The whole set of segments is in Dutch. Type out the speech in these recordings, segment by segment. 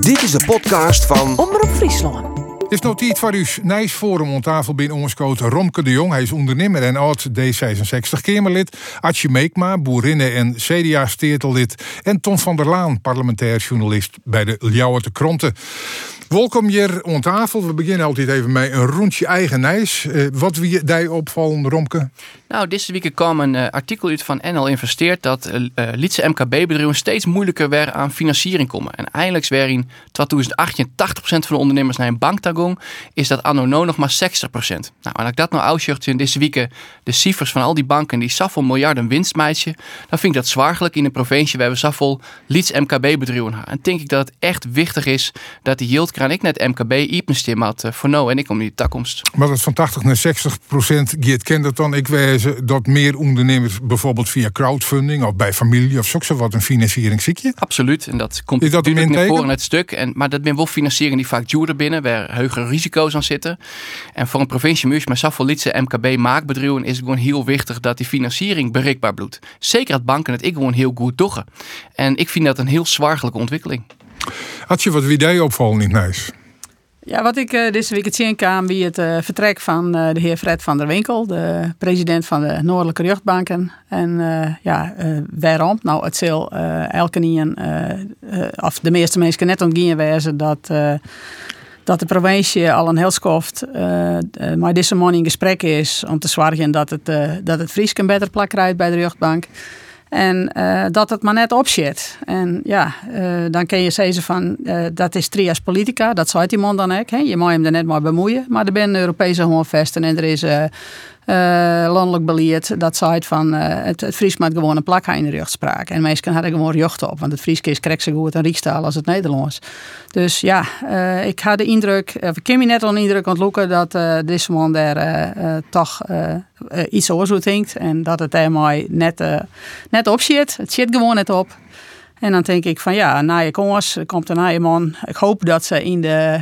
Dit is de podcast van Omroep Friesland. Het is notiet voor uw Nijsforum aan tafel binnen Oomskoot Romke de Jong. Hij is ondernemer en oud D66-Kamerlid. Atje Meekma, boerinnen- en CDA-steertellid. En Ton van der Laan, parlementair journalist bij de Ljouwerte Kronte. Welkom hier aan tafel. We beginnen altijd even met een rondje eigen Nijs. Wat wie jij opvallen, Romke? Nou, deze week kwam een artikel uit van NL Investeert dat Lietse MKB-bedrijven steeds moeilijker weer aan financiering komen. En eindelijk weer in 2018 80% van de ondernemers naar een bank gaan, is dat anno no nog maar 60%. Nou, en als ik dat nou uitzocht in deze week de cijfers van al die banken die zoveel miljarden winst meisje, dan vind ik dat zwaargelijk in een provincie waar we zoveel Lietse MKB-bedrijven hebben. En denk ik dat het echt wichtig is dat die yieldkraan ik net MKB iepensteem had voor nou en ik om die toekomst. Maar dat van 80 naar 60% Geert kent dat dan. Ik wijze dat meer ondernemers bijvoorbeeld via crowdfunding of bij familie of zo wat een financiering zie je? Absoluut. En dat komt is dat natuurlijk naar voren in het stuk. Maar dat ben wel financiering die vaak duurder binnen, waar hogere risico's aan zitten. En voor een provincie met zoveel Lietse MKB-maakbedrijven is het gewoon heel wichtig dat die financiering bereikbaar bloedt. Zeker dat banken het ik gewoon heel goed doen. En ik vind dat een heel zwaargelijke ontwikkeling. Had je wat wie jij opvallen in Nijs? Ja, wat ik deze week het zien kwam bij het vertrek van de heer Fred van der Winkel, de president van de Noordelijke Jeugdbanken. En waarom? Nou, het zal elke nien, of de meeste mensen net ontgien wezen dat de provincie al een heel schoft maar deze morgen in gesprek is om te zorgen dat het Friesk een betere plek krijgt bij de jeugdbank. En dat het maar net opzit. En ja, dan kun je zeggen van, dat is trias politica. Dat zei die man dan ook. Hè? Je mag hem er net maar bemoeien. Maar er zijn Europese grondvesten en er is landelijk beleid dat zei van het Fries moet gewoon een plak hebben in de rechtspraak. En mensen hadden gewoon recht op. Want het Fries is krijgt zo goed een Rijkstaal als het Nederlands. Dus ja, ik had de indruk, of ik ken me net al een indruk ontloeken dat deze man daar toch iets oorzoek denkt. En dat het daarmee net op zit. Het zit gewoon net op. En dan denk ik van ja, naaie jongens, er komt een naaie man. Ik hoop dat ze in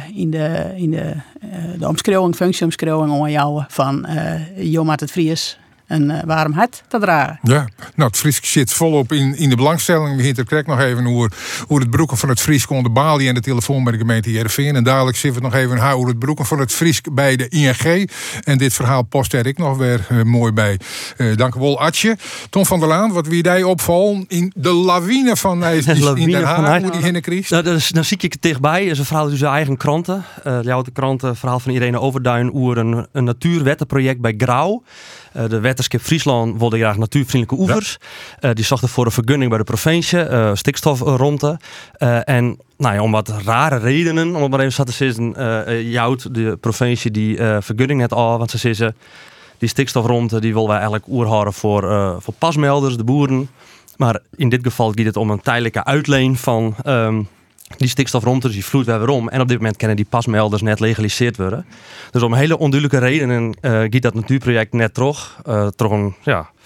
de omschrijving, functieomschrijving aanhouden van Jomat het Fries een warm hart te dragen. Ja, nou het Fries zit volop in de belangstelling. We krijgen nog even hoe het broeken van het Fries kon de balie en de telefoon bij de gemeente Heerenveen. En dadelijk zitten we nog even hoe het broeken van het Fries bij de ING. En dit verhaal post er ik nog weer mooi bij. Dank u wel, Atje. Ton van der Laan, wat wie jij opvallen in de lawine van Nijs in Den Haag, hoe die hinnekriest? Nou, dan zie ik het dichtbij. Is een verhaal uit zijn eigen kranten. Jouw kranten, verhaal van Irene Overduin over een natuurwettenproject bij Grauw. De Wetenschap Friesland wilde graag natuurvriendelijke oevers. Ja. Die zochten voor een vergunning bij de provincie, stikstofronde. En nou ja, om wat rare redenen, om het maar even te zeggen, jouwt de provincie die vergunning net al. Want ze zeggen, die stikstofronde die willen wij eigenlijk oerhouden voor pasmelders, de boeren. Maar in dit geval gaat het om een tijdelijke uitleen van die stikstofronde, dus die vloeit weer om. En op dit moment kunnen die pasmelders net legaliseerd worden. Dus om hele onduidelijke redenen gaat dat natuurproject net terug een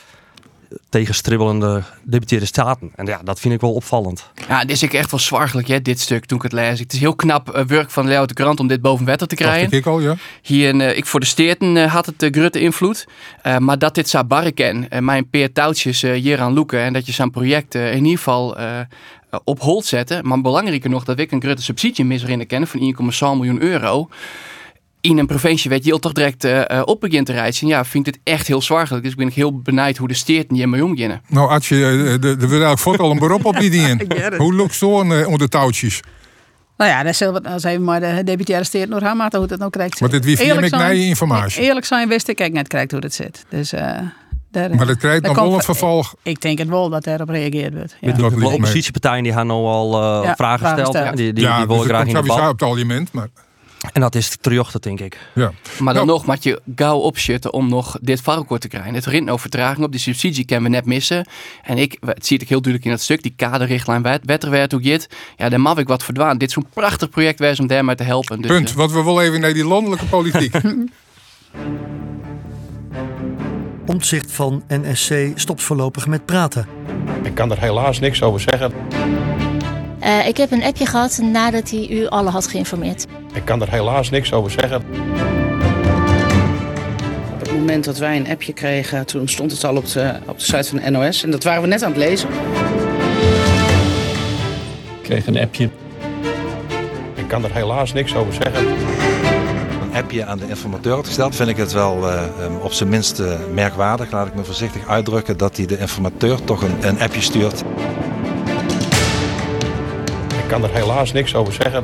tegenstribbelende debuteerde staten. En ja, dat vind ik wel opvallend. Ja, dit is echt wel zwaargelijk, hè, dit stuk, toen ik het lees. Het is heel knap werk van de Ljouwerte Krant om dit boven water te krijgen. Dat ik al, ja. Hier, ik voor de steerten had het grote invloed. Maar dat dit zou barren ken, mijn peer touwtjes hier aan loeken. En dat je zo'n project in ieder geval op hold zetten. Maar belangrijker nog dat ik een grote subsidie misrinnen kennen van 1,6 miljoen euro. In een provincie weet je heel toch direct op begint te rijden. Ja, vind ik dit echt heel zwaargelijk. Dus ik ben heel benieuwd hoe de steerten hiermee omgaan. Nou, Atje, er wil eigenlijk voort al een beroep op die in. Hoe lukt zo onder touwtjes? Nou ja, dat zullen we als even maar de deputaire steert nog gaan, hoe het nou krijgt. Maar dit wie vind ik naar je informatie? Eerlijk zijn wist ik net krijgt hoe het zit. Dus maar dat krijgt nog wel een vervolg. Ik denk het wel dat erop gereageerd wordt. Ja. De oppositiepartijen die gaan nou al vragen gesteld. Ja, die willen graag in de bal. op het argument, maar... En dat is terjochten, denk ik. Ja. Maar dan nog moet je gauw opschutten om nog dit varkort te krijgen. Het rint nou vertraging op, die subsidie kunnen we net missen. En het zie ik heel duidelijk in dat stuk, die kaderrichtlijn wetterwet hoe dit. Ja, daar mag ik wat verdwaan. Dit is zo'n prachtig project wees om daarmee te helpen. Dus, punt, wat we wel even naar die landelijke politiek. Omtzigt van NSC stopt voorlopig met praten. Ik kan er helaas niks over zeggen. Ik heb een appje gehad nadat hij u allen had geïnformeerd. Ik kan er helaas niks over zeggen. Op het moment dat wij een appje kregen, toen stond het al op de site van de NOS. En dat waren we net aan het lezen. Ik kreeg een appje. kan er helaas niks over zeggen. Een appje aan de informateur gesteld, vind ik het wel op zijn minst merkwaardig. Laat ik me voorzichtig uitdrukken dat hij de informateur toch een appje stuurt. Ik kan er helaas niks over zeggen.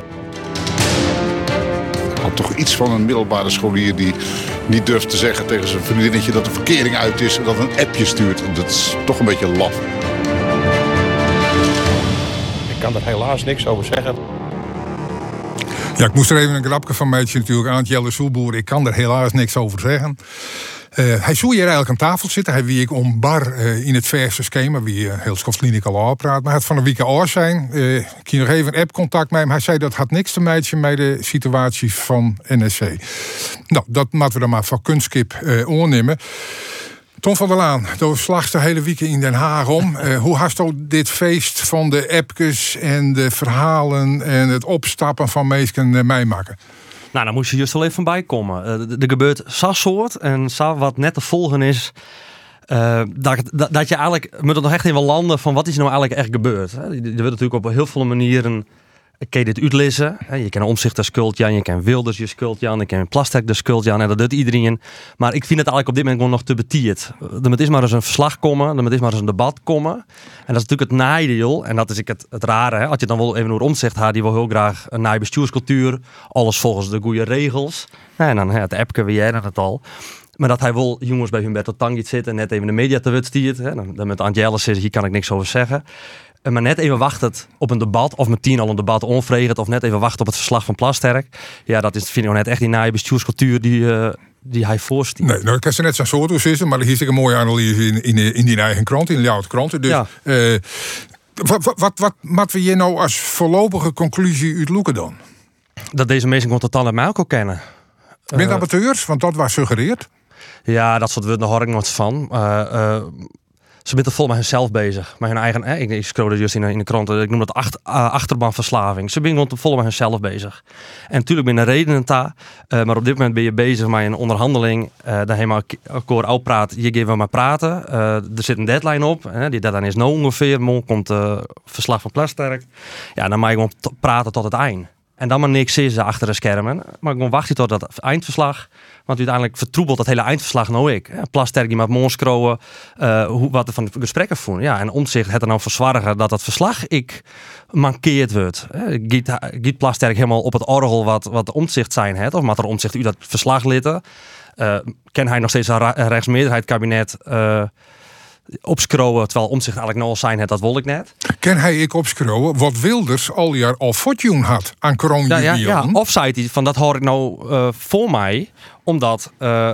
Had toch iets van een middelbare scholier die niet durft te zeggen tegen zijn vriendinnetje dat de verkering uit is en dat een appje stuurt. Dat is toch een beetje laf. Ik kan er helaas niks over zeggen. Ja, ik moest er even een grapje van meidje natuurlijk aan. Jelle Soelboer, ik kan er helaas niks over zeggen. Hij zou hier eigenlijk aan tafel zitten. Hij wie ik om bar in het verse schema, wie heel Schoftliniek al praat. Maar hij had van een week oor zijn. Ik heb nog even een app-contact met hem. Hij zei dat had niks te maken met de situatie van NSC. Nou, dat moeten we dan maar van kunstskip oornemen. Tom van der Laan, door slags de hele week in Den Haag om. Hoe hast u dit feest van de appjes en de verhalen en het opstappen van mensen meemaken? Nou, dan moest je juist wel even bij komen. Er gebeurt zo'n soort en zo wat net te volgen is. Dat je eigenlijk moet er nog echt even landen van wat is er nou eigenlijk echt gebeurd. Er wordt natuurlijk op heel veel manieren. Kun je dit uitlezen. Je kan Omtzigt de schuld Jan, je kan Wilders je schuld Jan, je kan Plasterk de schuld Jan en dat doet iedereen. Maar ik vind het eigenlijk op dit moment gewoon nog te betierd. Er moet eens maar eens een verslag komen, er moet eens maar eens een debat komen. En dat is natuurlijk het nadeel, en dat is het rare. Als je dan wel even over Omtzigt gaat, die wil heel graag een naai bestuurscultuur, alles volgens de goede regels. En dan het appje weer en het al. Maar dat hij wel jongens bij Humberto Tang zit en net even de media te wet stiert. Dan met Angela zegt, hier kan ik niks over zeggen. Maar net even wachten op een debat, of meteen al een debat onvregend, of net even wachten op het verslag van Plasterk. Ja, dat is, vind ik net echt die naaie bestuurscultuur die hij voorstelt. Nee, nou, ik heb ze net zo'n soort hoe zitten, maar hier is een mooie analyse in die eigen krant, in de oude kranten. Dus ja. Wat moeten we hier nou als voorlopige conclusie uitloeken dan? Dat deze mensen gewoon totaal uit elkaar kennen. Met amateurs, want dat was suggereerd. Ja, dat soort woorden hoor ik nooit van. Ze zijn vol met hunzelf bezig. Met hun eigen, ik scrollde juist in de krant, ik noem dat achterbaanverslaving. Ze zijn gewoon vol met hunzelf bezig. En natuurlijk ben je redenen daar. Maar op dit moment ben je bezig met een onderhandeling. Dan helemaal akkoord uitpraat. Je geeft we maar praten. Er zit een deadline op. Die deadline is nou ongeveer. Morgen komt verslag van Plasterk. Ja, dan mag je gewoon praten tot het eind. En dan maar niks is achter de schermen. Maar gewoon wacht je tot dat eindverslag. Want uiteindelijk vertroebelt dat hele eindverslag nou ik. Plasterk die met monskrowen. Wat er van de gesprekken voeren. Ja, en Omtzigt het er nou verzwargen dat verslag ik mankeerd wordt. Giet Plasterk helemaal op het orgel wat Omtzigt zijn het. Of wat er Omtzigt u dat verslag litten. Ken hij nog steeds een rechtsmeerderheid kabinet opskrowen, terwijl Omtzigt eigenlijk nou al zijn het, dat wil ik net. Ken hij ik opskrowen wat Wilders al jaar al fortune had aan corona? Ja, of zei hij van dat hoor ik nou voor mij, omdat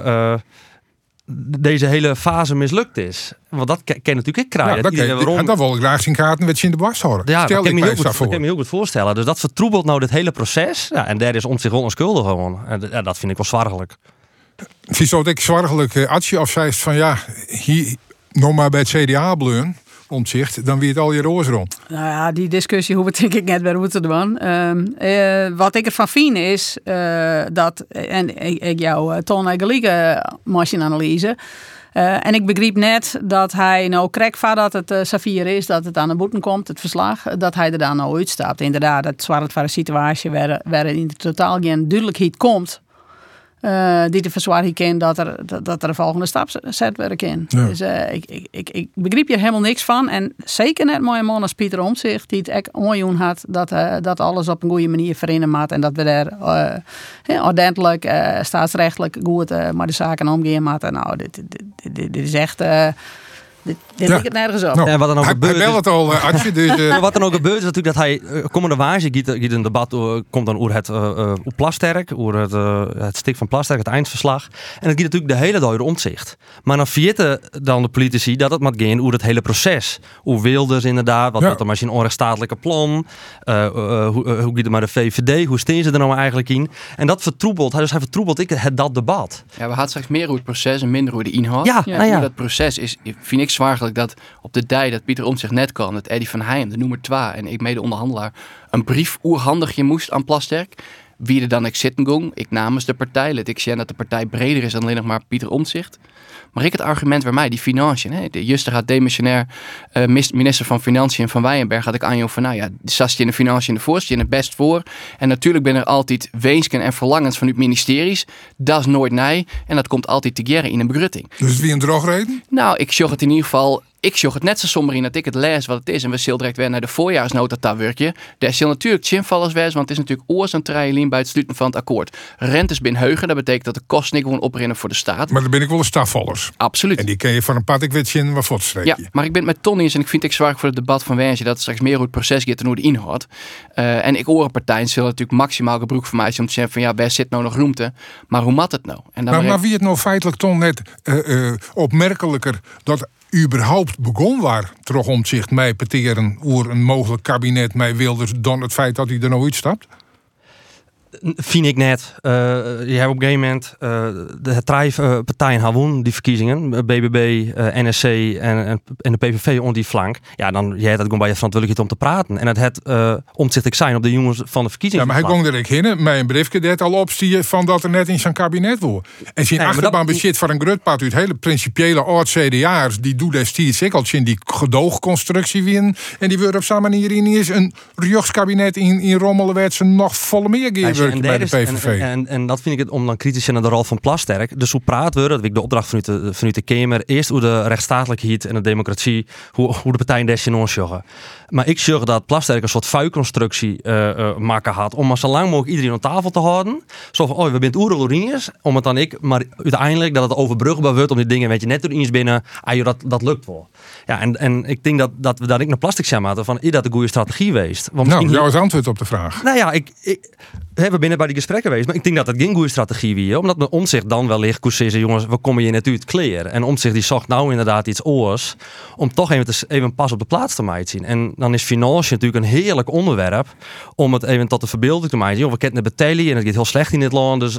deze hele fase mislukt is. Want dat kan natuurlijk ik krijgen. En dan wil ik graag zien kaarten met je in de borst horen. Ja, dat kan ik me heel goed voorstellen. Dus dat vertroebelt nou dit hele proces. Ja, en daar is Omtzigt wel onschuldig gewoon. En dat vind ik wel zwargelijk. Zie zo dat ik zwargelijk Atje of zei van ja, hier nog maar bij het CDA bleun, Omtzigt, dan wie het al je roos rond. Nou ja, die discussie hoe denk ik net bij moeten doen. Wat ik ervan vind is dat, en ik jou toon gelijke machine-analyse. En ik begreep net dat hij nou krijgt van dat het Safir is, dat het aan de boeten komt, het verslag, dat hij er dan nou uitstapt. Inderdaad, het zwaar het voor een situatie waar in de totaal geen duidelijkheid komt. Die te verzwaren kan dat er een volgende stap zet worden kan. Ja. Dus ik begreep hier helemaal niks van. En zeker net mooie man als Pieter Omtzigt, die het echt onjoen had dat alles op een goede manier verinneren maat en dat we daar ordentelijk, staatsrechtelijk goed maar de zaken omgaan maat. Nou, dit is echt. Dit ligt het nergens op. Nou, en wat dan ook gebeurt, hij het al, Adje. Dus, wat dan ook gebeurt is natuurlijk dat hij komende waarse giet een debat komt dan over het Plasterk, over het stuk van Plasterk, het eindverslag. En dat giet natuurlijk de hele dag Omtzigt. Maar dan vergeten dan de politici dat het moet gaan over het hele proces. Hoe Wilders inderdaad, wat er maar zijn onrechtsstatelijke plan, hoe giet het maar de VVD, hoe steen ze er nou eigenlijk in? En dat vertroebelt, dus hij vertroebelt dat debat. Ja, we hadden straks meer over het proces en minder over de inhoud. Ja. Dat proces is, vind ik zwaargelijk dat op de dag dat Pieter Omtzigt net kwam, dat Eddy van Heijem, de nummer 2 en ik mede onderhandelaar, een brief oerhandigje moest aan Plasterk. wie er dan ik zitten ging. Ik namens de partij. Let ik zeggen dat de partij breder is dan alleen nog maar Pieter Omtzigt. Maar ik het argument bij mij, die financiën. Hè? De Juster gaat demissionair minister van Financiën van Wijenberg. Had ik aan jou van, nou ja, zat je in de financiën in de voorst, je in het best voor. En natuurlijk ben er altijd wensken en verlangens van uw ministeries. Dat is nooit nee. En dat komt altijd together in een begrutting. Dus wie een drogreden? Nou, ik zag het in ieder geval. Ik zag het net zo somber in dat ik het lees wat het is. En we zullen direct weer naar de voorjaarsnota dat werkje. Daar zal natuurlijk chinvallers wezen, want het is natuurlijk oors een treilijn bij het sluiten van het akkoord. Rentes binnen heugen, dat betekent dat de kosten niet gewoon oprennen voor de staat. Maar dan ben ik wel een stafvallers. Absoluut. En die ken je van een pad, ik weet je wat fotstreekje. Ja, maar ik ben het met Tony eens en ik vind het zwaar voor het debat van Wensje dat het straks meer hoe het proces gaat en hoe de inhoud. En ik hoor partijen zullen natuurlijk maximaal gebruik van mij om te zeggen van ja, waar zit nou nog ruimte? Maar hoe mat het nou? En dan maar wie het nou feitelijk toch net opmerkelijker dat überhaupt begon waar terug Omtzigt mij peteren oer een mogelijk kabinet mij Wilders dan het feit dat hij er nou uitstapt? Vind ik net. Je hebt op een gegeven moment de drie partijen gewonnen die verkiezingen. BBB, NSC en de PVV onder die flank. Ja, dan jij dat gewoon bij je verantwoordelijkheid om te praten. En het Omtzigt zijn op de jongens van de verkiezingen. Ja, maar hij ging er heen. Mij een briefje dat al opstien van dat er net in zijn kabinet wordt. En zijn achterban bezit van een grutpad uit hele principiële oud-CDA'ers. Die doet destijds ik al in die gedoogconstructie winnen. En die wordt op zo'n manier in een rechtskabinet in Rommelen werd ze nog volle meer geven. Bij de PVV. En dat vind ik het om dan kritisch naar de rol van Plasterk. Dus hoe praat we, dat ik de opdracht vanuit de Kamer, eerst hoe de rechtsstatelijkheid en de democratie, hoe de partijen destinons joggen. Maar ik zorg dat Plasterk een soort vuilconstructie maken had om maar zo lang mogelijk iedereen aan tafel te houden. Zo van, we bent oereloriniërs, om het dan maar uiteindelijk dat het overbrugbaar wordt om die dingen, weet je, net door eens binnen, dat lukt wel. Ja, en ik denk dat we daar ik naar Plastic zijn maken van, is dat een goede strategie geweest? Want nou, jouw is antwoord op de vraag. Nou ja, we binnen bij die gesprekken geweest, maar ik denk dat het geen goede strategie was, omdat men Omtzigt dan wellicht kon zeggen, jongens, we komen hier net uit het kleren. En Omtzigt die zocht nou inderdaad iets oors om toch even pas op de plaats te maken zien. En dan is financiën natuurlijk een heerlijk onderwerp om het even tot de verbeelding te maken. We kennen de betalen en het gaat heel slecht in dit land, dus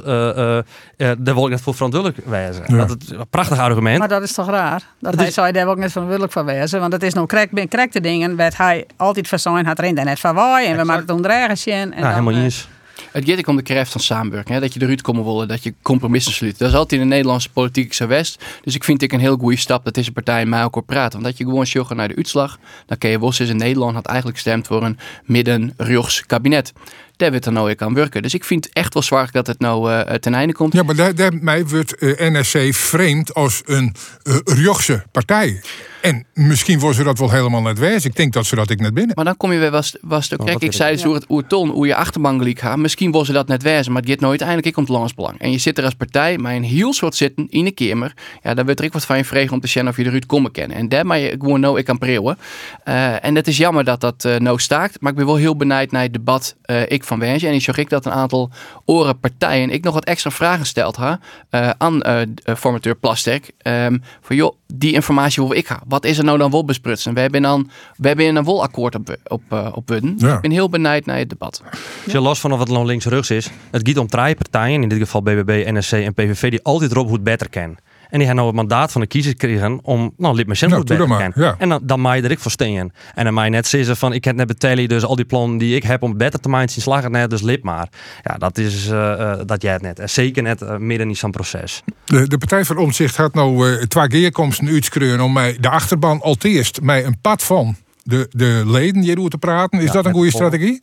daar wil ik net voor verantwoordelijk wijzen. Ja. Dat is een prachtig argument. Maar dat is toch raar? Dat hij zou daar ook net verantwoordelijk van wijzen, want het is nou correcte dingen, werd hij altijd verzorgd, had er net van waai en we maken het ondragen zien. Nou, helemaal niet eens. Het gaat om de kracht van samenwerking. Dat je eruit komen willen, dat je compromissen sluit. Dat is altijd in de Nederlandse politiek zo west. Dus ik vind het een heel goede stap dat deze partijen met elkaar praten. Want dat je gewoon sjoggen naar de uitslag. Dan kan je wel eens in Nederland had eigenlijk gestemd voor een midden-rechts kabinet. Daar wordt er nou weer aan werken. Dus ik vind het echt wel zwaar dat het nou ten einde komt. Ja, maar daarmee wordt NSC vreemd als een rechtse partij. En misschien was ze dat wel helemaal net wijs. Ik denk dat ze dat ik net binnen. Maar dan kom je weer was het kijk, ik zei dus hoe je achterban gelijk gaat. Misschien was ze dat net wijs, maar het gaat nooit uiteindelijk om het landsbelang. En je zit er als partij maar een heel soort zitten in een kamer. Ja, dan wordt er ik wat van je vregen om te zien of je eruit komen kan. En daar maar je gewoon nou ik kan preeuwen. En het is jammer dat dat nou staakt. Maar ik ben wel heel benieuwd naar het debat ik van Wensje. En ik zag ik dat een aantal partijen ik nog wat extra vragen steld aan formateur Plasterk. Van joh, die informatie wil ik gaan. Wat is er nou dan wel besprutsen? We hebben een wel akkoord op Budden. Ja. Ik ben heel benieuwd naar het debat. Ja. Los van of het nou links-rechts is. Het gaat om drie partijen, in dit geval BBB, NSC en PVV, die altijd Rob Hoed beter kennen. En die hebben nou het mandaat van de kiezers gekregen om lid met goed beter kennen. Ja. En dan mag je er ik voor steken. En dan mag je net zeggen van, ik heb net betalen, dus al die plannen die ik heb om beter te maken, slag het net, dus lid maar. Ja, dat is dat jij het net. En zeker net midden in zo'n proces. De Partij van Omtzigt had nou 2 keerkomsten uitschreeuwen om mij de achterban al eerst mij een pad van de leden hierover te praten. Is dat een goede strategie?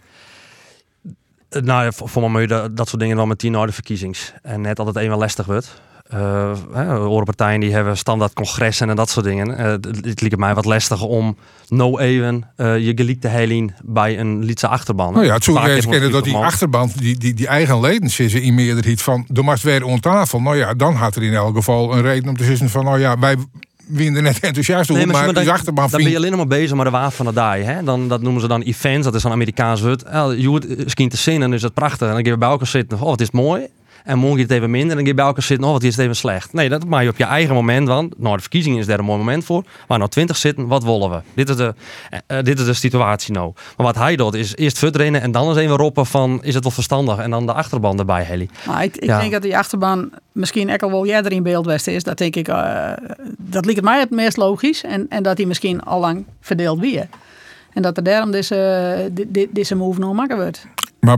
Nou, voor mij dat soort dingen wel met 10 na de verkiezings. En net altijd even lastig wordt. Partijen die hebben standaard congressen en dat soort dingen. Het lijkt mij wat lastig om nou even je gelijk te halen bij een Lietse achterban. Nou ja, het zou eens kennen dat die achterban, die eigen leden zitten in meerderheid van de mast weer om tafel. Nou ja, dan had er in elk geval een reden om te zeggen van nou ja, wij winnen net enthousiast over, maar die achterban dan ben je alleen nog maar bezig met de waan van de dag. Hè? Dat noemen ze dan events, dat is een Amerikaans woord. Je hoort misschien te zien en is het prachtig. En dan gaan we bij elkaar zitten, het is mooi. En morgen is het even minder en dan ga je bij elkaar zitten, wat is het even slecht. Nee, dat maak je op je eigen moment, want de verkiezingen is daar een mooi moment voor. Waar nou 20 zitten, wat willen we? Dit is de situatie nou. Maar wat hij doet is eerst verdringen en dan eens even roepen van, is het wel verstandig? En dan de achterban erbij, Heli. Nou, ik denk dat die achterban misschien ook al wel jij er in beeld is. Dat denk ik, dat lijkt mij het meest logisch. En dat hij misschien al lang verdeeld weer. En dat er daarom deze move nog makkelijker wordt. Maar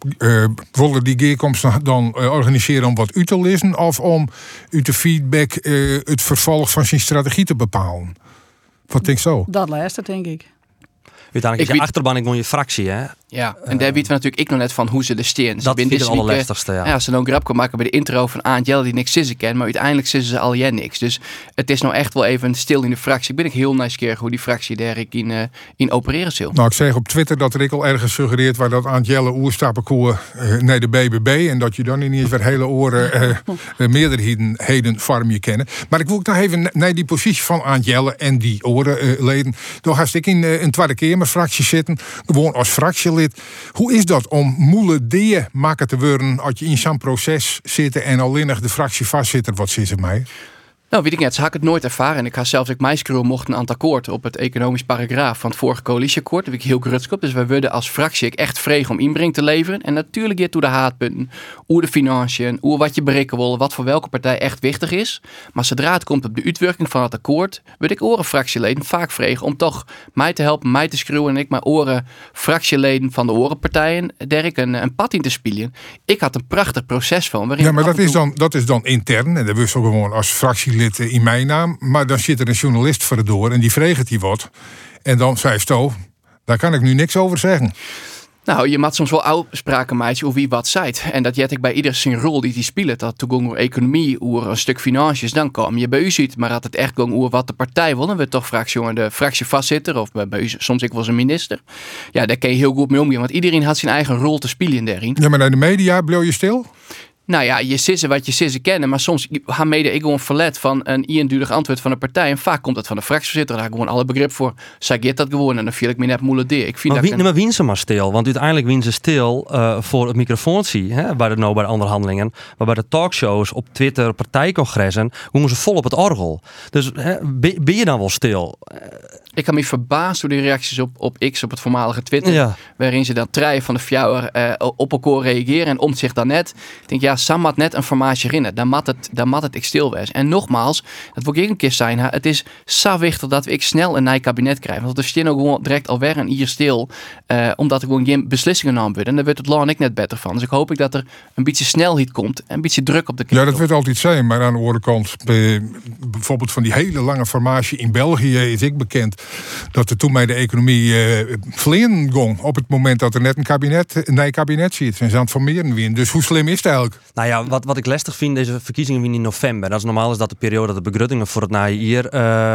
willen die geerkomst dan organiseren om wat u te lezen of om u te feedback het vervolg van zijn strategie te bepalen? Wat denk je zo? Dat laatste, denk ik. Uiteindelijk is je achterban gewoon je fractie, hè? Ja, en daar weten we natuurlijk ik nog net van hoe ze er staan. Dat is het allerlastigste, ja. Als ze nou een grap kan maken bij de intro van Aant Jelle die niks sissen kent, maar uiteindelijk sissen ze al jij niks. Dus het is nou echt wel even stil in de fractie. Ik ben heel nieuwsgierig hoe die fractie daar in opereren zal. Nou, ik zeg op Twitter dat er ik al ergens suggereerd waar dat Aant Jelle oerstappenkoer naar de BBB en dat je dan ineens weer hele oren meerderheden vorm je kennen. Maar ik wil ook nog even naar die positie van Aant Jelle en die orenleden. Dan ga ik in een tweede keer mijn fractie zitten, gewoon als fractielid. Hoe is dat om moeilijk dingen maken te worden als je in zo'n proces zit en alleen nog de fractie vastzit? Wat zit er mij? Nou, weet ik net, ze had ik het nooit ervaren. En ik ga zelfs ook mijskruwen mochten aan het akkoord op het economisch paragraaf van het vorige coalitieakkoord. Daar ben ik heel grutsk op. Dus wij wilden als fractie echt vregen om inbreng te leveren. En natuurlijk hier toe de haatpunten, hoe de financiën, hoe wat je bereiken wil, wat voor welke partij echt wichtig is. Maar zodra het komt op de uitwerking van het akkoord, wil ik oren fractieleden vaak vregen om toch mij te helpen, mij te schreeuwen en ik mijn oren fractieleden van de orenpartijen, daar ik een pad in te spelen. Ik had een prachtig proces van. Ja, maar dat is dan intern en dat wist ook gewoon als fractielid in mijn naam, maar dan zit er een journalist voor de door en die vreegt die wat. En dan zei Sto, daar kan ik nu niks over zeggen. Nou, je maakt soms wel uitspraken, meisje, over wie wat zei. En dat jet ik bij ieder zijn rol die speelt. Dat toen ging over economie, over een stuk financiën, dan kom je bij u ziet. Maar had het echt ging over wat de partij wil, dan we toch fractie de fractievoorzitter of bij u soms ik was een minister. Ja, daar kan je heel goed mee omgaan, want iedereen had zijn eigen rol te spelen daarin. Ja, maar naar de media bleef je stil? Nou ja, je sissen wat je sissen kennen, maar soms gaan mede ik gewoon verlet van een eenduidig antwoord van een partij. En vaak komt het van de fractievoorzitter, daar heb ik gewoon alle begrip voor. Zeg je dat gewoon en dan viel ik me net moeilijk deer. Ik vind maar wien ze maar stil, want uiteindelijk wien ze stil voor het microfoontie, bij de onderhandelingen, maar bij de talkshows op Twitter, partijcongressen, gingen ze vol op het orgel. Dus ben je dan wel stil? Ik had me verbaasd door die reacties op X, op het voormalige Twitter. Waarin ze dan treien van de fjouwer op elkaar reageren en om zich dan net. Ik denk, ja, Sam had net een formaatje erin. Dan mat het ik stil was. En nogmaals, dat wil ik een keer zijn. Het is zo wichtig dat we snel een nieuw kabinet krijgen. Want er staan ook gewoon direct alweer een hier stil. Omdat er gewoon geen beslissingen genomen worden. En daar wordt het land ik net beter van. Dus ik hoop dat er een beetje snelheid komt. En een beetje druk op de knop. Ja, dat wordt altijd zijn. Maar aan de andere kant, bijvoorbeeld van die hele lange formatie in België is ik bekend. Dat er toen bij de economie vleen ging op het moment dat er net een nieuw kabinet zit. En ze aan het formeren weer. Dus hoe slim is het eigenlijk? Nou ja, wat ik lastig vind, deze verkiezingen in november. Dat is normaal is dat de periode dat de begrutingen voor het najaar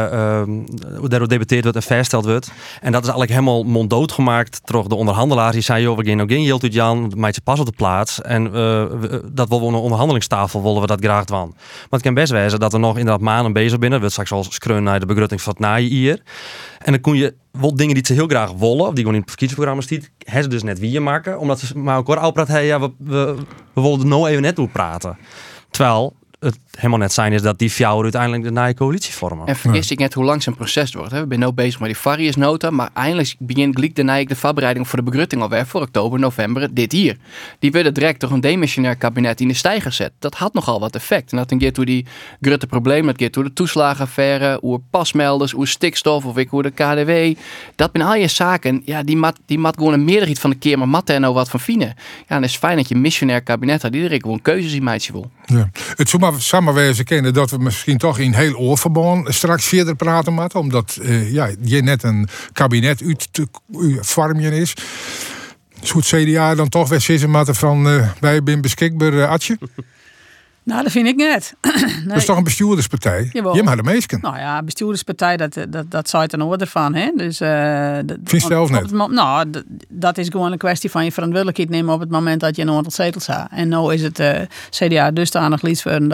daardoor debatteerd wordt en vastgesteld wordt. En dat is eigenlijk helemaal monddood gemaakt door de onderhandelaars. Die zeiden, we gaan nog geen Jilt uit Jan, meid ze pas op de plaats. En dat willen we een onderhandelingstafel, willen we dat graag doen. Maar het kan best wezen dat er nog inderdaad maanden bezig binnen. We straks al skreun naar de begrutting van het najaar. En dan kun je wel dingen die ze heel graag willen, of die gewoon in het verkiezingsprogramma stiet, hebben ze dus net wie maken, omdat ze maar elkaar uitpraten, hey, ja, we willen er nou even net over praten. Terwijl het helemaal net zijn is dat die fjouwer uiteindelijk de nieuwe coalitie vormen. En vergis ik net hoe lang zijn proces wordt. We zijn nu bezig met die variësnota, maar eindelijk begint gelijk de voorbereiding voor de begrutting alweer voor oktober, november dit jaar. Die willen direct toch een demissionair kabinet in de steiger zetten. Dat had nogal wat effect. En dat ging door die grote problemen, dat ging door de toeslagenaffaire, hoe pasmelders, hoe stikstof of hoe de KDW. Dat zijn al je zaken, ja, die mat gewoon een meerderheid van de keer, maar mat er nou wat van fine. Ja, en het is fijn dat je een missionair kabinet had, die er gewoon keuzes in meidje wil. Ja. Het zou maar samenwezen kennen dat we misschien toch in heel oorverband straks verder praten moeten, omdat je net een kabinet uit te vormen is. Zou het CDA dan toch weer zitten maken van wij zijn beschikbaar, Atje? Nou, dat vind ik net. Nee. Dat is toch een bestuurderspartij? Jawel. Je maar de meesten. Nou ja, bestuurderspartij, dat zou het een orde van. Hè? Dus, vind je zelf net? Dat is gewoon een kwestie van je verantwoordelijkheid nemen op het moment dat je een aantal zetels hebt. En nu is het CDA dusdanig lief worden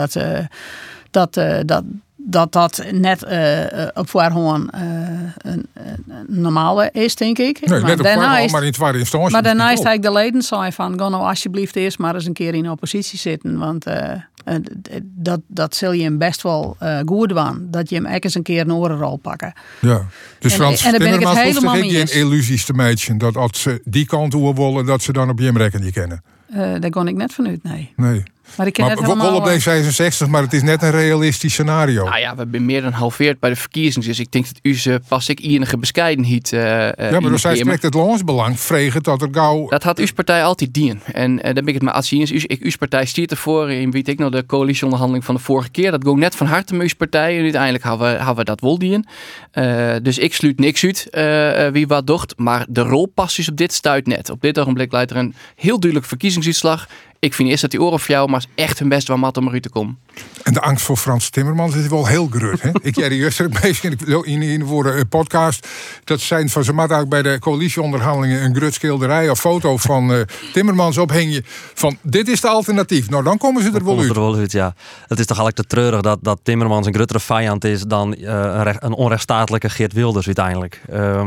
dat net op voorhand normaal is, denk ik. Nee, net op voorhand, maar in tweede instantie. Maar daarna is eigenlijk de leden zei van, ga nou alsjeblieft eerst maar eens een keer in de oppositie zitten. Want dat zul je hem best wel goed doen. Dat je hem echt eens een keer een orenrol pakken. Ja, dus Frans Timmermans hoeft er geen illusies te maken dat als ze die kant over willen, dat ze dan op je hem rekken die kennen. Daar kon ik net vanuit, nee. Nee. Maar ik ken Maar het helemaal... wel op D66, maar het is net een realistisch scenario. Nou ja, we hebben meer dan halveerd bij de verkiezingen. Dus ik denk dat u ze pas ik enige bescheidenheid. Ja, maar dan spreekt het landsbelang vregen dat er gauw... Dat had uw partij altijd dien. En dan ben ik het maar als uw partij stiert ervoor in weet ik nog de coalitieonderhandeling van de vorige keer. Dat ging net van harte met uw partij. En uiteindelijk hebben we dat wel dien. Dus ik sluit niks uit wie wat docht. Maar de rolpassies op dit stuit net. Op dit ogenblik leidt er een heel duidelijk verkiezingsuitslag. Ik vind eerst dat die oren voor jou maar echt hun best wel mat om eruit te komen. En de angst voor Frans Timmermans is wel heel groot. Hè? Ik jij de juist bezig in de podcast. Dat zijn van ze mat ook bij de coalitieonderhandelingen een groot schilderij of foto van Timmermans ophingen. Van dit is de alternatief. Nou, dan komen ze er wel uit. Ja. Het is toch eigenlijk te treurig dat Timmermans een grotere vijand is dan een onrechtstatelijke Geert Wilders uiteindelijk.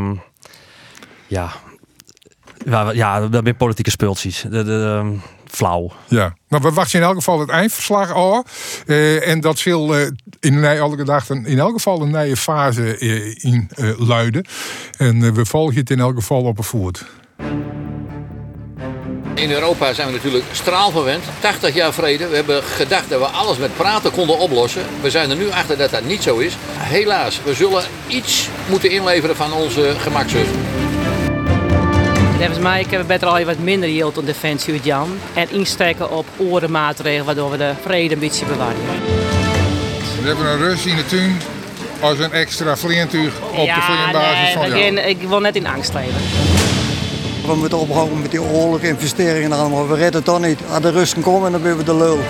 Ja, dat zijn politieke speeltjes. Flauw. Ja, nou, we wachten in elk geval het eindverslag al. En dat zal in elk geval een nieuwe fase luiden. En we volgen het in elk geval op een voet. In Europa zijn we natuurlijk straalverwend. 80 jaar vrede. We hebben gedacht dat we alles met praten konden oplossen. We zijn er nu achter dat dat niet zo is. Helaas, we zullen iets moeten inleveren van onze gemakzucht. Volgens mij kunnen we beter al even wat minder yield op defensie uit Jan. En insteken op orenmaatregelen waardoor we de vrede een beetje bewaren. We hebben een Rus in de tuin als een extra vleentuig op de vleenbasis van Jan. Ik wil net in angst leven. We moeten ophouden met die oorlog investeringen allemaal. We redden het toch niet. Als de Russen komen, dan ben we de lul.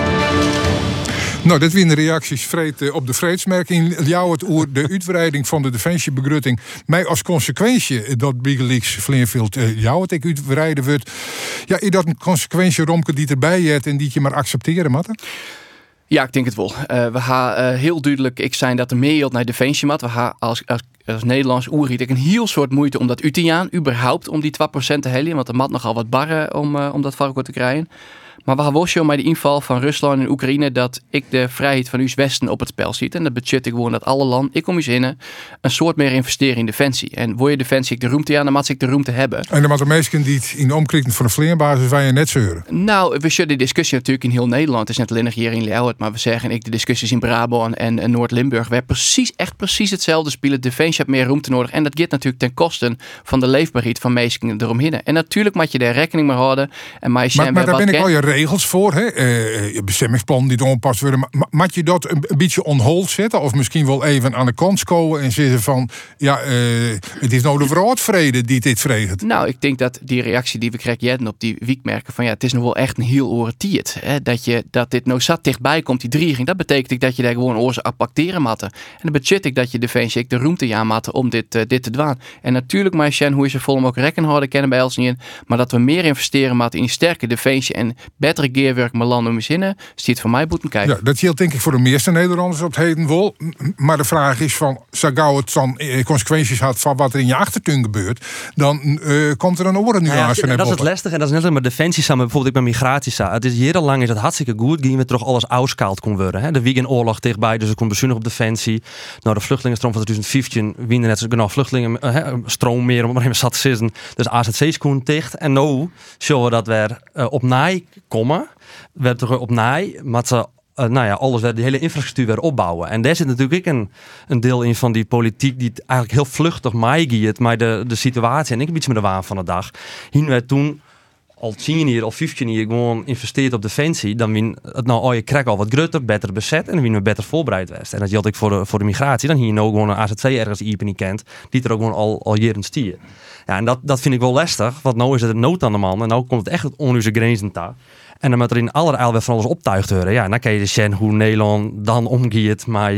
Nou, dit zijn de reacties op de vreedsmerking. Jou het oer de uitbreiding van de defensiebegrutting. Mij als consequentie dat Bigeliks Vleenveld jou het uitbreiden wordt. Ja, is dat een consequentie, Romke, die erbij hebt en die je maar accepteren moet? Ja, ik denk het wel. We gaan heel duidelijk ik zijn dat er meer geld naar defensie moet. We gaan als Nederlands oerriet ik een heel soort moeite om dat uit te gaan. Überhaupt om die 2% te halen. Want er moet nogal wat barren om dat varken te krijgen. Maar we gaan wel met de inval van Rusland en Oekraïne dat ik de vrijheid van uw Westen op het spel ziet. En dat budget ik gewoon dat alle landen, ik om je zinnen, een soort meer investeren in defensie. En wil je defensie ik de ruimte aan, dan moet ik de ruimte hebben. En dan moet de meesten die in de omkrikken van de vleerbasis waar je net zeuren. Nou, we zullen de discussie natuurlijk in heel Nederland. Het is net alleen nog hier in Leeuwarden, maar we zeggen de discussies in Brabant en Noord-Limburg. We hebben precies hetzelfde spelen. Defensie heeft meer ruimte nodig. En dat gaat natuurlijk ten koste van de leefbaarheid van meesten eromheen. En natuurlijk moet je daar rekening mee houden. En maar daar ben ik al je regels voor, hè? Bestemmingsplan die ongepast worden. Moet je dat een beetje on hold zetten? Of misschien wel even aan de kant komen en zeggen van het is nou de wereldvrede die dit vreegt. Nou, ik denk dat die reactie die we krijgen op die wiekmerken van het is nog wel echt een heel oorentiet. Dat dit nou zat dichtbij komt, die dreiging. Dat betekent dat je daar gewoon oorzaak appacteren moet. En dan budget ik dat je defensie de ruimte aan moet om dit te doen. En natuurlijk, maar hoe je ze volom ook rekken houden kennen bij Elsnien. Maar dat we meer investeren moeten in sterke defensie en betere gearwerk met land om je zinnen, stiet voor mij boeten kijken. Ja, dat geldt denk ik voor de meeste Nederlanders op het heden wel. Maar de vraag is van, zo gauw het dan consequenties had van wat er in je achtertuin gebeurt, dan komt er een oren nuance. Dat is het lastige en dat is net als met defensie samen, bijvoorbeeld ik ben migratie. Het is jarenlang is het hartstikke goed, gingen we toch alles uitskaald kon worden. Hè? De weekenoorlog dichtbij, dus er kon bezuinigen op defensie. Nou, de vluchtelingenstroom van 2015 winnen net genoeg vluchtelingen stroom meer om er even zat te zitten. Dus AZC's kon dicht en nou zullen we dat weer op naai komen. Werd er op naai, maar ze alles werd, die hele infrastructuur weer opbouwen. En daar zit natuurlijk een deel in van die politiek die het eigenlijk heel vluchtig meegiet, maar de situatie en ik een beetje met de waan van de dag. Hier werd toen al 10 jaar of 15 jaar gewoon investeerd op defensie, dan win het nou al je krijgt al wat groter, beter bezet en dan win we beter voorbereid werd. En dat geldt ook voor de migratie. Dan hier nou gewoon een AZC ergens Iepen niet kent, die er ook gewoon al jaren stier. Ja, en dat vind ik wel lastig, want nou is het nood aan de man en nou komt het echt onder onze grenzen daar. En dan moet er in allerijl weer van alles optuigd worden. Ja, dan kan je dus zien hoe Nederland dan omgeeft, maar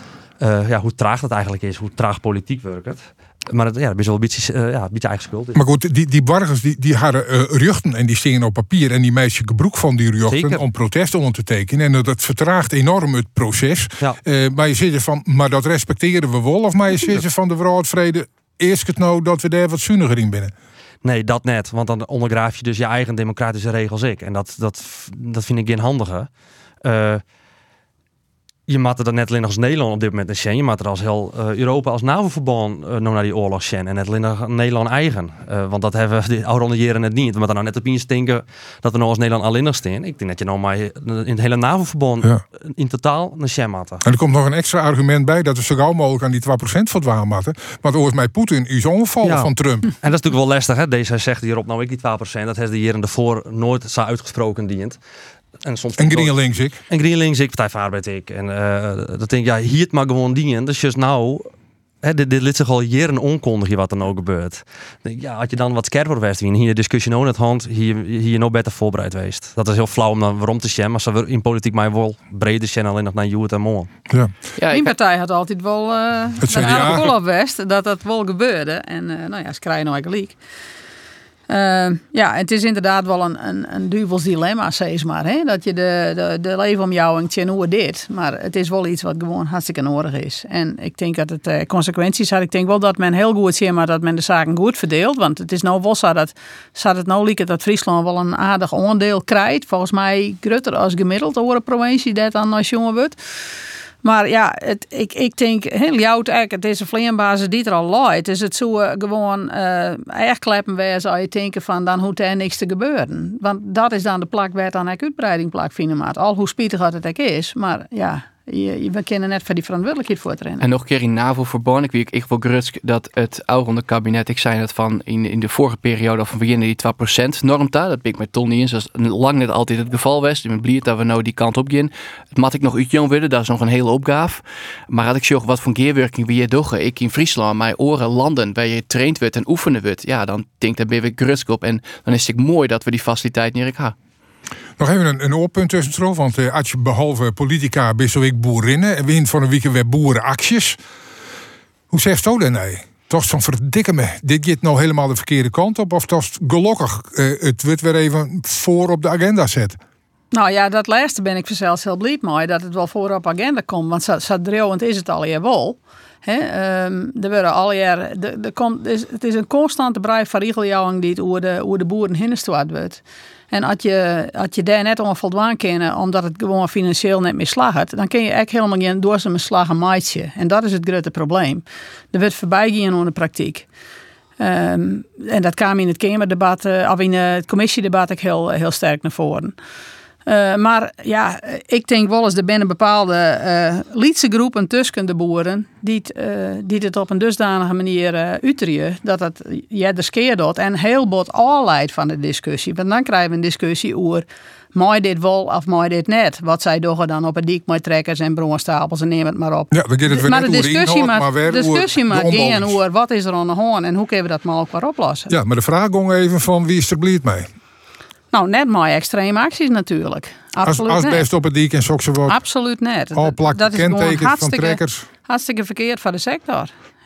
hoe traag dat eigenlijk is, hoe traag politiek werkt. Maar dat is wel een beetje eigen schuld. Maar goed, die burgers die hadden ruchten en die stingen op papier en die meisje gebroek van die ruchten om protesten onder te tekenen. En dat vertraagt enorm het proces. Ja. Maar je zit er van, maar dat respecteren we wel. Of maar je zit er van de wereldvrede, eerst het nou dat we daar wat zuiniger in binnen. Nee, dat net. Want dan ondergraaf je dus je eigen democratische regels ik. En dat vind ik geen handige. je mag er net alleen als Nederland op dit moment in zijn. Je mag er als heel Europa als NAVO-verband nou naar die oorlog zijn. En net alleen nog Nederland eigen. Want dat hebben we de oude jaren net niet. We moeten nou net op eens denken dat we nou als Nederland alleen nog staan. Ik denk dat je nou maar in het hele NAVO-verband in totaal naar zijn matten. En er komt nog een extra argument bij dat we zo gauw mogelijk aan die 2% voldwaan moeten. Want volgens mij Poetin is ongevallen van Trump. En dat is natuurlijk wel lastig. Hè? Deze zegt hierop nou ik die 2%. Dat heeft de jaren ervoor nooit zo uitgesproken dient. En GreenLinks ik. En GreenLinks ik, Partij van Arbeid ik. En dat denk ik, hier het maar gewoon dienen. Dus just nou, dit liet zich al jaren onkondigen wat er nou gebeurt. Ja, had je dan wat scherper geweest, hier de discussie nou in het hand, hier nog beter voorbereid geweest. Dat is heel flauw om dan waarom te stemmen, maar ze in politiek mij wel breder zijn alleen nog naar Joet en Moon. Ja, die partij had altijd wel een aardig op West dat wel gebeurde. En ze krijgen nou eigenlijk. Het is inderdaad wel een duvels dilemma, zeg maar. Hè? Dat je de leefomjouwing tjenoer dit. Maar het is wel iets wat gewoon hartstikke nodig is. En ik denk dat het consequenties had. Ik denk wel dat men heel goed ziet, maar dat men de zaken goed verdeelt. Want het is nou wel zo dat het nou lijkt dat Friesland wel een aardig aandeel krijgt. Volgens mij groter als gemiddeld over een provincie dat dan als jongen wordt. Maar ja, ik denk, het is een vleerbasis die er al loopt. Dus het zou gewoon echt kleppen wezen als je denkt van dan hoeft er niks te gebeuren. Want dat is dan de plak waar het dan eigenlijk uitbreiding plak vinden maakt. Al hoe spietig het ook is. Maar ja, we kunnen net voor die verantwoordelijkheid voor te rennen. En nog een keer in NAVO-verband. Ik wil grutsk dat het oude kabinet, ik zei het van in de vorige periode van beginnen die 2% norm daar. Dat ben ik met Ton niet eens. Dat is lang net altijd het geval was. Ik ben blij dat we nou die kant op gaan. Het moet ik nog uitjong worden. Dat is nog een hele opgave. Maar had ik zorg wat voor geerwerking wie je doet. Ik in Friesland, mijn oren landen waar je traind wordt en oefenen wordt. Ja, dan denk ik dat ben ik grutsk op. En dan is het mooi dat we die faciliteit niet hebben. Nog even een oorpunt tussendoor, want als je behalve politica best zo ik boerinnen en wint van een weekend weer boerenacties. Hoe zegt zo dan nee? Toch zo'n verdikke me. Dit gaat nou helemaal de verkeerde kant op of toch gelukkig het wordt weer even voor op de agenda zet? Nou ja, dat laatste ben ik zelfs heel blij mee dat het wel voor op agenda komt, want zo dreuwend is het al je wel. Er worden al jaar, het is een constante brei van regeljouwing die het over de boeren hinderstuard wordt. En als je daar net om voldaan kennen, omdat het gewoon financieel net meer slaagt, dan kun je echt helemaal geen door zijn slagen maatje. En dat is het grote probleem. Er wordt voorbijgaan aan de praktijk. En dat kwam in het Kamerdebat, of in het commissiedebat ook heel sterk naar voren. Maar ja, ik denk wel eens er binnen bepaalde lietse groepen tussen de boeren die het op een dusdanige manier uitrieën dat het de skeer doet en heel bot afleidt van de discussie. Want dan krijgen we een discussie over mooi dit wel of mooi dit net. Wat zij doen dan op een dik met trekkers en bronstapels en neem het maar op. Ja, dan gaat het weer maar net de discussie maar gaan over wat is er aan de hand en hoe kunnen we dat maar ook weer oplossen. Ja, maar de vraag ging even van wie is er blij mee? Nou, net maar extreme acties natuurlijk. Absoluut als best op het dik en zo wordt. Absoluut net. Al plakken kentekens van trekkers. Hartstikke verkeerd voor de sector.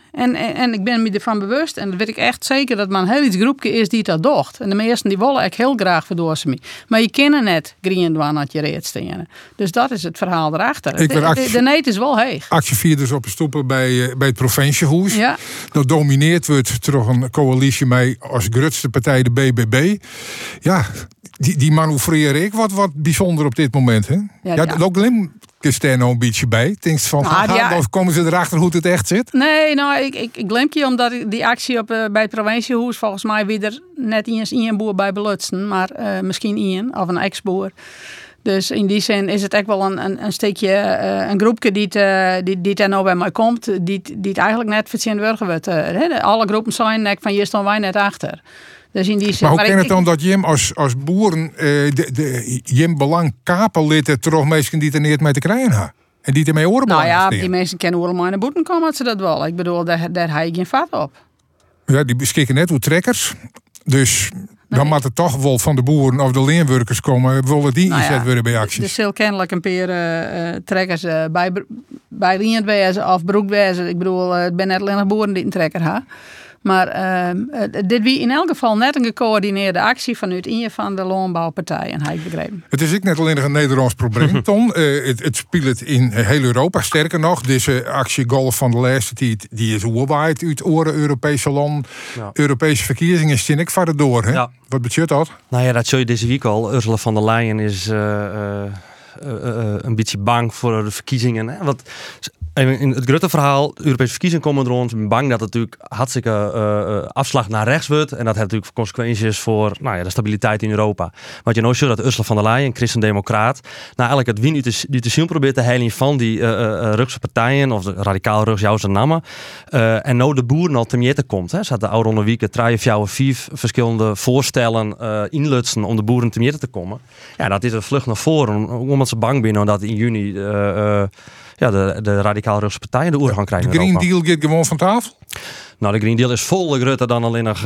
En ik ben me ervan bewust, en dat weet ik echt zeker, dat maar een heel iets groepje is die dat docht. En de meesten die willen ik heel graag verdoorsen. Maar je kan net green doen dat je reed staan. Dus dat is het verhaal erachter. De neet is wel heeg. Actievierders op de stoepen bij het provinciehuis. Ja. Dat domineert wordt door een coalitie mee als grootste partij de BBB. Ja, die manoeuvreren ik wat bijzonder op dit moment. Hè? Ja, ook Lim is er nou een beetje bij. Denk je van, of komen ze erachter hoe het echt zit? Nee, nou, ik glimpje je omdat die actie bij het provinciehuis volgens mij weer net eens één boer bij belutsen, maar misschien één of een ex-boer. Dus in die zin is het echt wel een stukje, een groepje die er nou bij mij komt, die het eigenlijk net verzin wordt. Alle groepen zijn net van hier staan wij net achter. Dus in die zin, maar hoe kan het dan dat Jim als boeren Jim belang kapellid toch mensen die er niet mee te krijgen hebben? En die ermee oren nou ja, die mensen kennen allemaal in de boeten komen als ze dat wel. Ik bedoel, daar heb je geen vat op. Ja, die beschikken net hoe trekkers. Dus dan moet het toch wel van de boeren of de leenwerkers komen. Willen die inzet worden bij acties? Er zullen kennelijk een paar trekkers bij Lienwezen of Broekwezen. Ik bedoel, het ben net alleen nog boeren die een trekker hebben. Maar dit wie in elk geval net een gecoördineerde actie vanuit een van de landbouwpartijen, heb ik begrepen. Het is ook net alleen nog een Nederlands probleem, Ton. Het speelt in heel Europa. Sterker nog, deze actie Golf van de laatste tijd, die is oerwaard uit oren Europese landen. Ja. Europese verkiezingen staan ik verder door. Hè? Ja. Wat betekent dat? Nou ja, dat zul je deze week al. Ursula von der Leyen is een beetje bang voor de verkiezingen. Hè? Want in het grote verhaal, de Europese verkiezingen komen rond. Ik ben bang dat het natuurlijk hartstikke afslag naar rechts wordt. En dat heeft natuurlijk consequenties voor de stabiliteit in Europa. Want je nou ziet dat Ursula von der Leyen, een christendemocraat, eigenlijk het win uit de zin probeert te halen van die Rugse partijen, of de radicaal Rugs jouw namen. En nou de boeren al te meten komt. Hè. Ze hadden de oude onderweken 3 of 4 verschillende voorstellen inlutsen om de boeren te meten te komen. Ja, dat is een vlucht naar voren, omdat ze bang zijn dat in juni de radicaal Rugse partijen de oer gaan krijgen. De Green Deal gaat gewoon van tafel? Nou, de Green Deal is vol groter dan alleen nog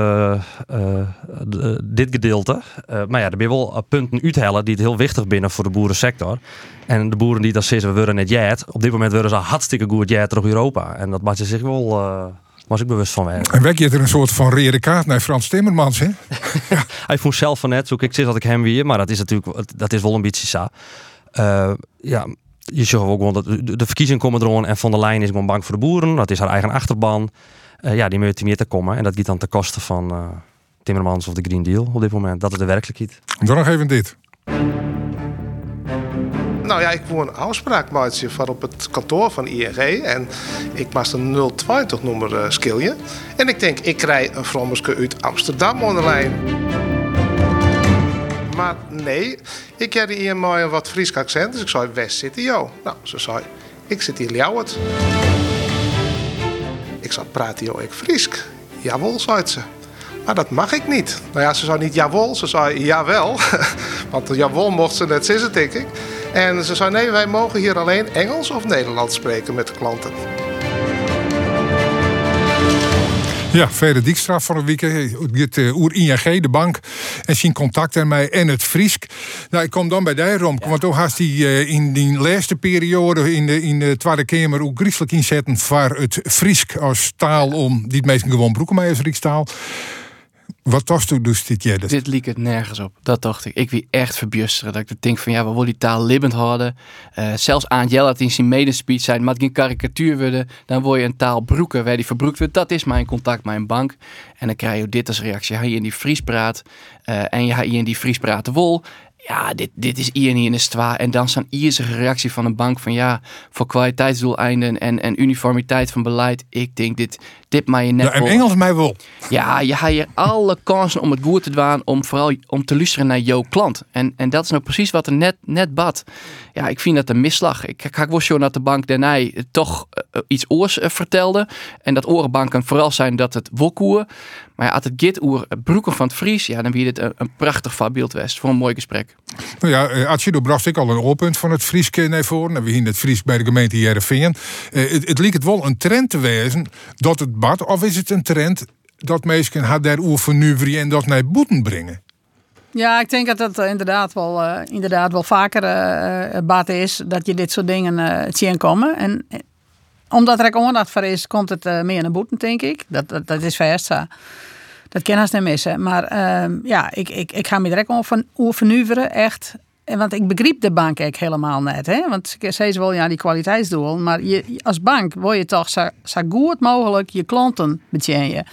dit gedeelte. Maar ja, er zijn wel punten uithellen die het heel wichtig binnen voor de boerensector. En de boeren die dat zeggen, we worden net jet. Op dit moment worden ze hartstikke goed jet op Europa. En dat maakt ze zich wel... was ik bewust van werken. En weg je er een soort van rode kaart naar Frans Timmermans, hè? Ja. Hij vond zelf van net, zoek ik zeg dat ik hem weer, maar dat is natuurlijk dat is wel een beetje zo. Je zegt ook gewoon dat de verkiezingen komen eraan en Von der Leyen is gewoon bang voor de boeren. Dat is haar eigen achterban. Die moet meer te komen. En dat gaat dan ten koste van Timmermans of de Green Deal op dit moment. Dat is de werkelijkheid. Dan nog even dit. Nou ja, ik wil een afspraak maken van op het kantoor van ING. En ik moest een 020 nummer skillen. En ik denk, ik krijg een vrommerske uit Amsterdam aan de lijn. Maar nee, ik had hier maar een wat Fries accent. Dus ik zei, West zitten jou. Nou, ze zei, ik zit hier Ljouwert. Ik zei, praat je ook Friesk? Jawel, zei ze. Maar dat mag ik niet. Nou ja, ze zei niet jawel, ze zei jawel. Want jawel mocht ze net zeggen, denk ik. En ze zei, nee, wij mogen hier alleen Engels of Nederlands spreken met de klanten. Ja, Verder Dijkstra van de week. Het oer ING, de bank. En zijn contact met mij en het Friesk. Nou, ik kom dan bij die Romke. Want toen had hij in die laatste periode in de Tweede Kamer ook griezelig inzetten voor het Friesk als taal om die het meest gewoon broeken mij als Riekstaal. Wat was toen dus dit jaar? Dit liep het nergens op. Dat dacht ik. Ik wie echt verbjusteren. Dat ik denk van we willen die taal libbend houden. Zelfs aan Jelle in zijn medespeech zei, maar geen karikatuur worden. Dan word je een taal broeken waar die verbroekt wordt. Dat is mijn contact, mijn bank. En dan krijg je dit als reactie. Ga je in die Fries praat en je gaat in die Fries praten wol. Ja, dit is hier niet in de stwa. En dan zo'n iersige reactie van een bank van voor kwaliteitsdoeleinden en uniformiteit van beleid. Ik denk, dit maar je net en Engels mij wel. Ja, je hebt hier alle kansen om het goed te doen, om vooral om te luisteren naar jouw klant. En dat is nou precies wat er net bad. Ja, ik vind dat een misslag. Ik ga wel zo dat de bank daarna toch iets oors vertelde. En dat orenbanken vooral zijn dat het wolkoer. Maar als het gaat oer broeken van het Fries, dan wie dit een prachtig voorbeeld was voor een mooi gesprek. Nou ja, Atje bracht ik al een oorpunt van het Frieske naar voren. En we zien het Fries bij de gemeente Heerenveen. Het lijkt het wel een trend te wezen dat het bad, of is het een trend dat mensen haar daarover vernuiveren en dat naar boeten brengen? Ja, ik denk dat het inderdaad wel vaker bad is dat je dit soort dingen zien komen. En omdat er ook aandacht voor is, komt het meer naar boeten, denk ik. Dat is vast zo. Dat kan haast niet missen. Maar ik ga me direct over vernuiveren, echt. Want ik begreep de bank eigenlijk helemaal net. Hè? Want ik zei wel, die kwaliteitsdoel. Maar als bank wil je toch zo goed mogelijk je klanten betjenen.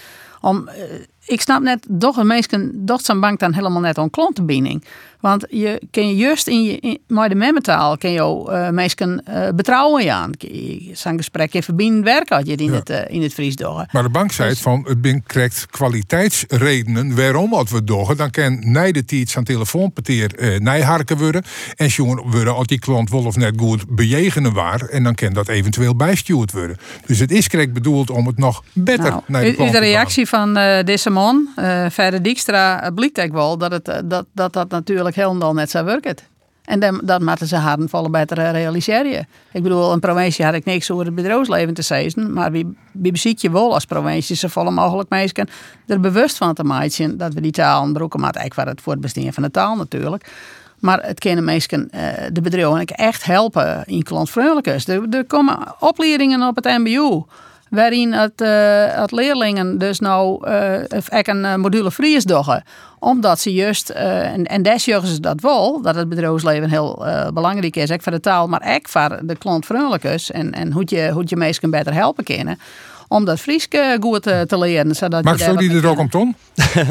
Ik snap net, doch zo'n bank dan helemaal net aan klantenbinding. Want je kan juist met de memmentaal kan je mensen betrouwen aan. Zo'n gesprek even binnen werken had je in het Fries doen. Maar de bank zei het krijgt kwaliteitsredenen waarom wat we doen. Dan kan na de tijd zijn telefoonpartier nijharken worden. En jongen worden als die klant wel of net goed bejegenen waar. En dan kan dat eventueel bijstuurd worden. Dus het is correct bedoeld om het nog beter naar de klant te de reactie van deze man, Verder Dijkstra, blijkt ook wel dat natuurlijk helemaal net zo werkt. En dat moeten ze haren vallen beter realiseren. Ik bedoel, een provincie had ik niks over het bedrijfsleven te zeggen, maar wie beziet je wel als provincie zo volle mogelijk mensen er bewust van te maken dat we die taal gebruiken, maar eigenlijk het voor het bestaan van de taal natuurlijk. Maar het kunnen mensen, de bedrijven echt helpen in klantvriendelijkheid. Er komen opleidingen op het MBO waarin het leerlingen dus nou een module Fries doen. Omdat ze juist, en daar zeggen ze dat wel, dat het bedrijfsleven heel belangrijk is. Ook voor de taal, maar ook voor de klantvriendelijkheid. En hoe je mensen beter helpen kunnen. om dat Fries goed te leren. Zodat Max, zo die er ook om Ton?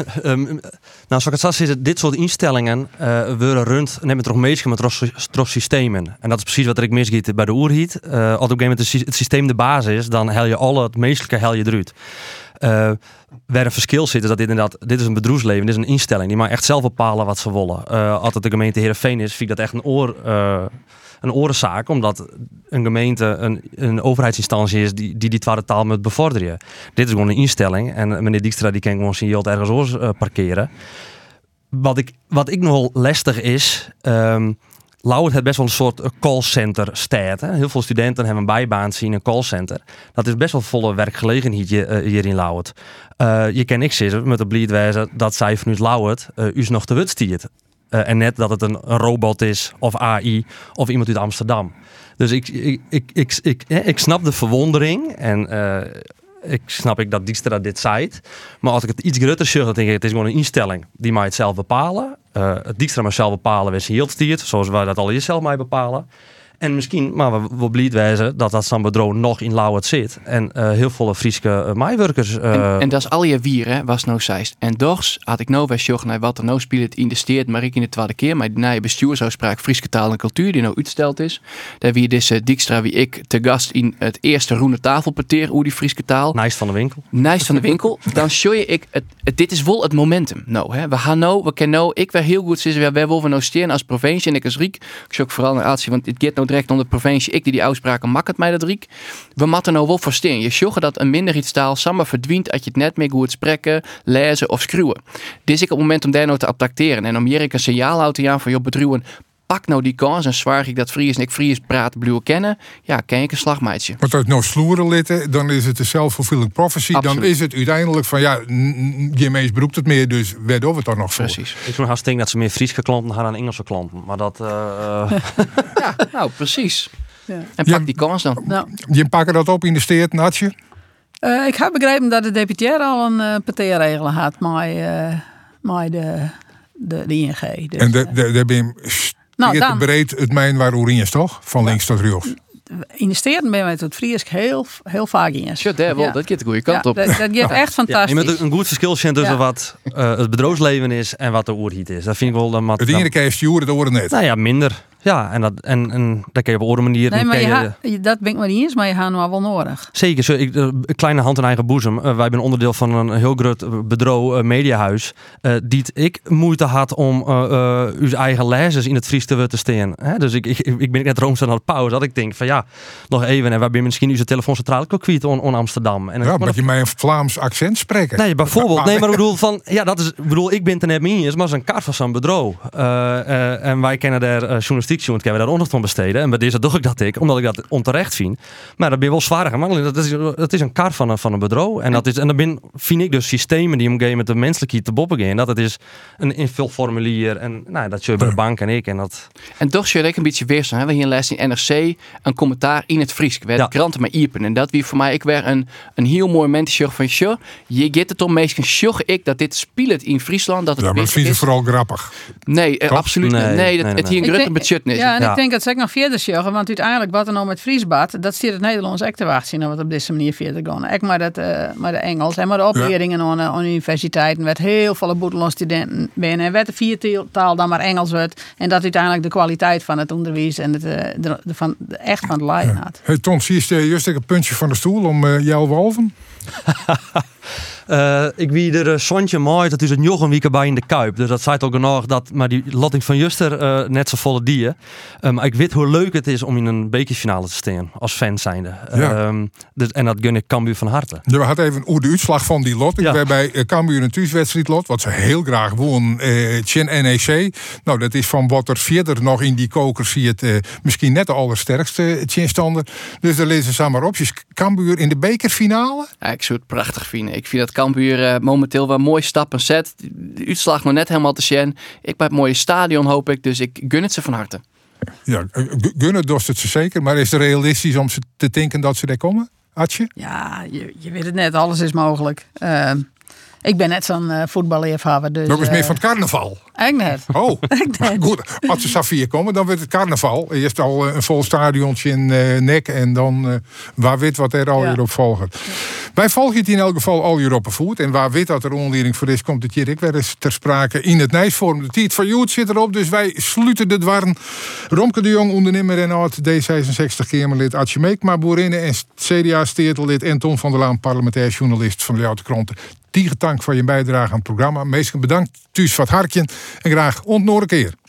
Zoals ik het zag, is dit soort instellingen worden rund net met meeschap met trots systemen. En dat is precies wat ik misgiet bij de oerhiet. Als op een gegeven moment het systeem de basis is, dan hel je alle het meestelijke hel je eruit. Waar een verschil zit, is dat dit is een bedrijfsleven, dit is een instelling. Die mag echt zelf bepalen wat ze willen. Als het de gemeente Heerenveen is, vind ik dat echt een orenzaak, omdat een gemeente een overheidsinstantie is die tweede taal moet bevorderen. Dit is gewoon een instelling en meneer Dijkstra die kan gewoon zijn geld ergens oors parkeren. Wat ik nogal lastig is, Lauwert heeft best wel een soort callcenter staat. Hè? Heel veel studenten hebben een bijbaan zien in een callcenter. Dat is best wel volle werkgelegenheid hier in Lauwert. Je kan niks zeggen met de bliedwijze dat zij vanuit Lauwert us nog te wut stiert. En net dat het een robot is, of AI, of iemand uit Amsterdam. Dus ik snap de verwondering en ik snap dat Dijkstra dit zei. Maar als ik het iets groter zeg, dan denk ik, het is gewoon een instelling. Die mag het zelf bepalen. Dijkstra mag zelf bepalen waar ze hield stiert, zoals wij dat al eerst zelf mij bepalen. En misschien, maar we blij wijzen dat zo'n bedrijf nog in Lauwert zit. En heel veel Friese mijwerkers. En dat is al je wier, hè, was nou zeist. En dochs had ik nou weer zorgen naar wat er nou speelt in de steert, maar ik in de tweede keer. Maar na je bestuursafspraak Friese taal en cultuur, die nou uitsteld is. Daar wie deze Dijkstra, wie ik, te gast in het eerste roende tafelparteer, hoe die Friese taal. Nijst van de winkel. Nijst van de winkel. Dan show je ik, dit is wel het momentum. Nou, hè. We kennen nou, ik weer heel goed zitten, wij willen nou steren als provincie en ik als Riek. Ik zoek vooral naar Atie, want het gaat nou direct onder de provincie. Ik die uitspraken maakt het mij dat Riek. We moeten nou wel verstaan. Je zorgt dat een minderheidstaal samen verdwijnt als je het net meer goed spreken, lezen of schreeuwen. Dit is ik op het moment om daar nou te attracteren en om hier een signaal uit te gaan van je bedrijven. Pak nou die kans en zwaar ik dat Fries en ik Fries praten blijven kennen. Ja, ken ik een slagmeidje. Want als het nou sloeren litten, dan is het een self-fulfilling prophecy. Absoluut. Dan is het uiteindelijk van ja, je meest beroept het meer, dus werd over het dan nog voor. Precies. Ik zou haast denken dat ze meer Friese klanten gaan dan Engelse klanten. Maar dat... Ja, nou precies. Ja. En pak die kans dan. Nou. Je pakken dat op in de steert, Natje? Ik heb begrepen dat de deputair al een partijregel had met de ING. Dus, en daar ben je breed het mijn waar Oerinjes toch? Van links tot rechts. In de steden ben je met het Fries heel vaak in. Sure, dat gaat de goede kant op. Dat gaat echt fantastisch. Je moet een goed verschil zien tussen wat het bedrijfsleven is en wat de oerhiet is. Dat vind ik wel dan. Het ene keer is het oren net. Nou ja, minder. Ja, en dat kan je op andere manier. Nee, maar dat ben ik maar niet eens, maar je gaat nou wel nodig. Zeker, een kleine hand in eigen boezem. Wij zijn onderdeel van een heel groot bedrijf, mediahuis. Die ik moeite had om uw eigen lezers in het Fries te staan. Dus ik ben net roomstaan aan het pauze. Dat ik denk van ja, nog even. En wij ben misschien uw telefooncentrale kwijt on Amsterdam. En ja, maar je mij een Vlaams accent spreken. Nee, bijvoorbeeld. Nee, maar ik bedoel van ja, dat is. Ik ben er net mee eens, maar het is een kaart van zo'n bedrijf. En wij kennen daar journalistiek. Want kunnen we daar onderzoek van besteden. En bij deze doe ik dat omdat ik dat onterecht vind. Maar dat ben je wel zwaar. Maar dat is een kar van een bedrijf. En dan vind ik dus systemen die omgaan met de menselijkheid te boppen gaan. Dat het is een invulformulier. En nou, dat je bij de bank en ik. En toch zul ik een beetje weerstand. We hier een les in NRC een commentaar in het Fries. Waar de kranten maar iepen. En dat wie voor mij ik weer een heel mooi moment van je gaat het om meestal ik dat dit speelt in Friesland. Dat het maar dat vind je vooral grappig. Nee, absoluut niet. Nee, het hier een grote budget. Ja, en ik denk dat ze ook nog verder zeggen, want uiteindelijk wat er nou met Fries bad, dat stiert het Nederlands echt te wachten zien wat op deze manier verder gaan. Echt maar de Engels en maar de opleidingen aan universiteiten werd heel veel buitenlandse studenten binnen en werd de viertaal dan maar Engels werd en dat uiteindelijk de kwaliteit van het onderwijs en echt van het leiden had. Hey Ton, zie je juist een puntje van de stoel om jou wolven? Ik wie er Sontje mooi, dat is het nog een week bij in de Kuip. Dus dat zei ook nog dat, maar die lotting van Juster net zo volle die. Maar ik weet hoe leuk het is om in een bekerfinale te staan als fan zijnde. Ja. Dus, en dat gun ik Cambuur van harte. We hadden even hoe de uitslag van die lotting. Ja. Waarbij Cambuur een thuiswedstrijd lot, wat ze heel graag won. Tjen NEC. Nou, dat is van wat er verder nog in die kokers zie het misschien net de allersterkste Tjenstander. Dus daar lezen ze samen op. Cambuur in de bekerfinale. Ja, ik zou het prachtig vinden. Ik vind dat Cambuur momenteel wel mooie stappen zet. De uitslag nog net helemaal te zien. Ik bij het mooie stadion hoop ik, dus ik gun het ze van harte. Ja, gunnen dorst het ze zeker, maar is het realistisch om ze te denken dat ze daar komen, Atje? Ja, je weet het net, alles is mogelijk. Ik ben net zo'n voetballeervader. Dus, dat is meer van het carnaval. Eigenlijk net. Oh, goed. Als ze Safir komen, dan wordt het carnaval. Eerst al een vol stadiontje in Nek en dan waar weet wat er alweer op volgt. Wij volgen het in elk geval al Europa Food. En waar weet dat er onleiding voor is, komt het hier ik weer eens ter sprake in het Nijsforum. De tijd van Joet zit erop, dus wij sluiten de dwarren. Romke de Jong, ondernemer en oud D66-Kamerlid, Adje Meekma, boerinnen en CDA-steertelid en Tom van der Laan, parlementair journalist van de Ljoute Kranten. Dank voor je bijdrage aan het programma. Meestal bedankt, thuis voor het hartje en graag ontnoor een keer.